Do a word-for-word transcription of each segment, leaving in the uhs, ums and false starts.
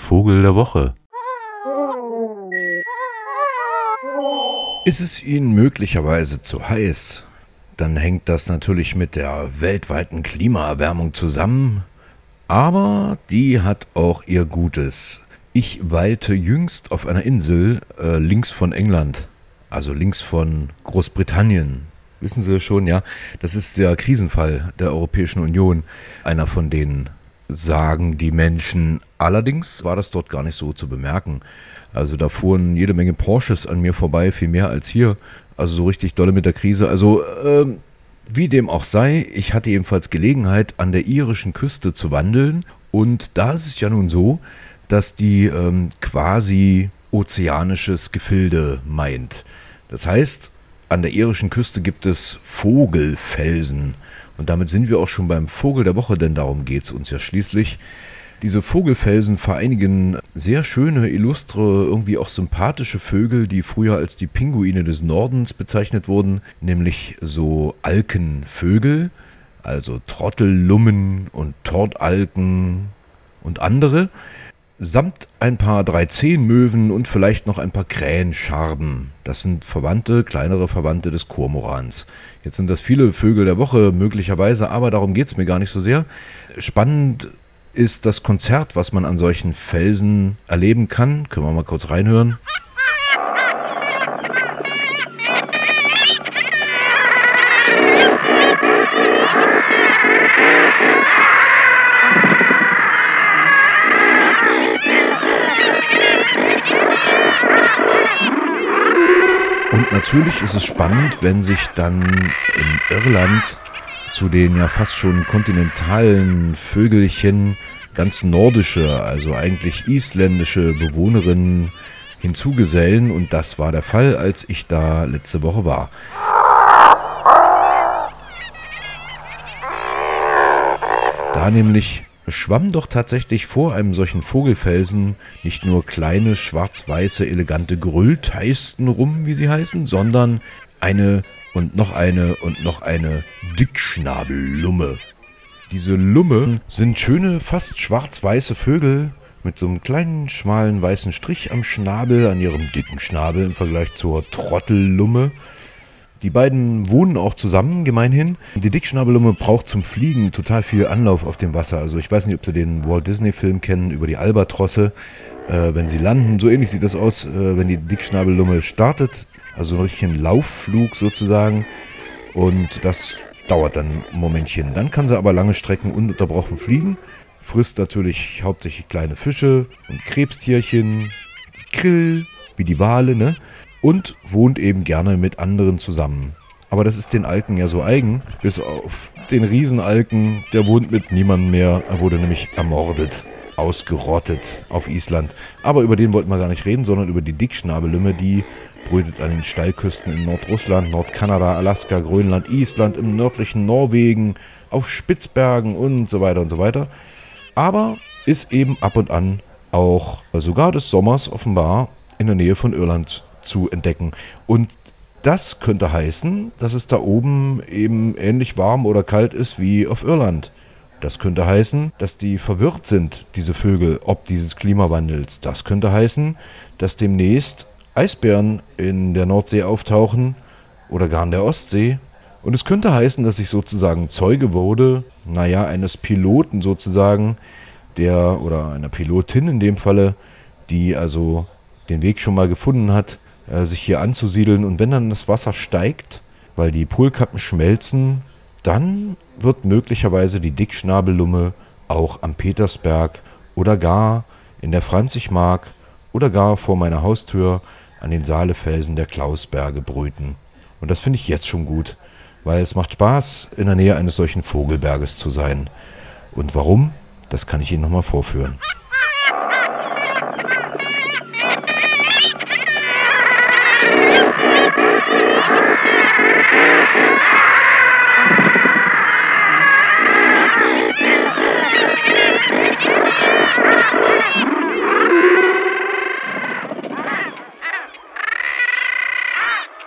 Vogel der Woche. Ist es Ihnen möglicherweise zu heiß? Dann hängt das natürlich mit der weltweiten Klimaerwärmung zusammen. Aber die hat auch ihr Gutes. Ich weilte jüngst auf einer Insel äh, links von England, also links von Großbritannien. Wissen Sie schon, ja? Das ist der Krisenfall der Europäischen Union. Einer von denen, sagen die Menschen. Allerdings war das dort gar nicht so zu bemerken. Also da fuhren jede Menge Porsches an mir vorbei, viel mehr als hier. Also so richtig dolle mit der Krise. Also ähm, wie dem auch sei, ich hatte ebenfalls Gelegenheit, an der irischen Küste zu wandeln. Und da ist es ja nun so, dass die ähm, quasi ozeanisches Gefilde meint. Das heißt, an der irischen Küste gibt es Vogelfelsen. Und damit sind wir auch schon beim Vogel der Woche, denn darum geht es uns ja schließlich. Diese Vogelfelsen vereinigen sehr schöne, illustre, irgendwie auch sympathische Vögel, die früher als die Pinguine des Nordens bezeichnet wurden, nämlich so Alkenvögel, also Trottellummen und Tortalken und andere, samt ein paar Dreizehnmöwen und vielleicht noch ein paar Krähenscharben. Das sind Verwandte, kleinere Verwandte des Kormorans. Jetzt sind das viele Vögel der Woche möglicherweise, aber darum geht es mir gar nicht so sehr. Spannend ist das Konzert, was man an solchen Felsen erleben kann. Können wir mal kurz reinhören. Und natürlich ist es spannend, wenn sich dann in Irland zu den ja fast schon kontinentalen Vögelchen ganz nordische, also eigentlich isländische Bewohnerinnen hinzugesellen. Und das war der Fall, als ich da letzte Woche war. Da nämlich schwamm doch tatsächlich vor einem solchen Vogelfelsen nicht nur kleine, schwarz-weiße, elegante Grüllteisten rum, wie sie heißen, sondern eine und noch eine und noch eine Dickschnabellumme. Diese Lumme sind schöne, fast schwarz-weiße Vögel mit so einem kleinen, schmalen, weißen Strich am Schnabel, an ihrem dicken Schnabel im Vergleich zur Trottellumme. Die beiden wohnen auch zusammen, gemeinhin. Die Dickschnabellumme braucht zum Fliegen total viel Anlauf auf dem Wasser. Also ich weiß nicht, ob Sie den Walt Disney-Film kennen über die Albatrosse. Äh, wenn sie landen, so ähnlich sieht das aus, äh, wenn die Dickschnabellumme startet. Also ein richtigen Laufflug sozusagen. Und das dauert dann ein Momentchen. Dann kann sie aber lange Strecken ununterbrochen fliegen. Frisst natürlich hauptsächlich kleine Fische und Krebstierchen, Krill, wie die Wale, ne? Und wohnt eben gerne mit anderen zusammen. Aber das ist den Alken ja so eigen, bis auf den Riesenalken, der wohnt mit niemandem mehr. Er wurde nämlich ermordet, ausgerottet auf Island. Aber über den wollten wir gar nicht reden, sondern über die Dickschnabellumme, die brütet an den Steilküsten in Nordrussland, Nordkanada, Alaska, Grönland, Island, im nördlichen Norwegen, auf Spitzbergen und so weiter und so weiter. Aber ist eben ab und an auch sogar des Sommers offenbar in der Nähe von Irland zu entdecken. Und das könnte heißen, dass es da oben eben ähnlich warm oder kalt ist wie auf Irland. Das könnte heißen, dass die verwirrt sind, diese Vögel, ob dieses Klimawandels. Das könnte heißen, dass demnächst Eisbären in der Nordsee auftauchen oder gar in der Ostsee. Und es könnte heißen, dass ich sozusagen Zeuge wurde, naja, eines Piloten sozusagen, der, oder einer Pilotin in dem Falle, die also den Weg schon mal gefunden hat, sich hier anzusiedeln. Und wenn dann das Wasser steigt, weil die Polkappen schmelzen, dann wird möglicherweise die Dickschnabellumme auch am Petersberg oder gar in der Franzigmark oder gar vor meiner Haustür an den Saalefelsen der Klausberge brüten. Und das finde ich jetzt schon gut, weil es macht Spaß, in der Nähe eines solchen Vogelberges zu sein. Und warum? Das kann ich Ihnen nochmal vorführen.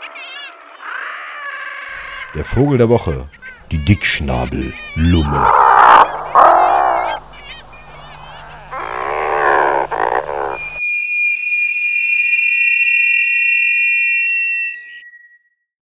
Der Vogel der Woche, die Dickschnabellumme.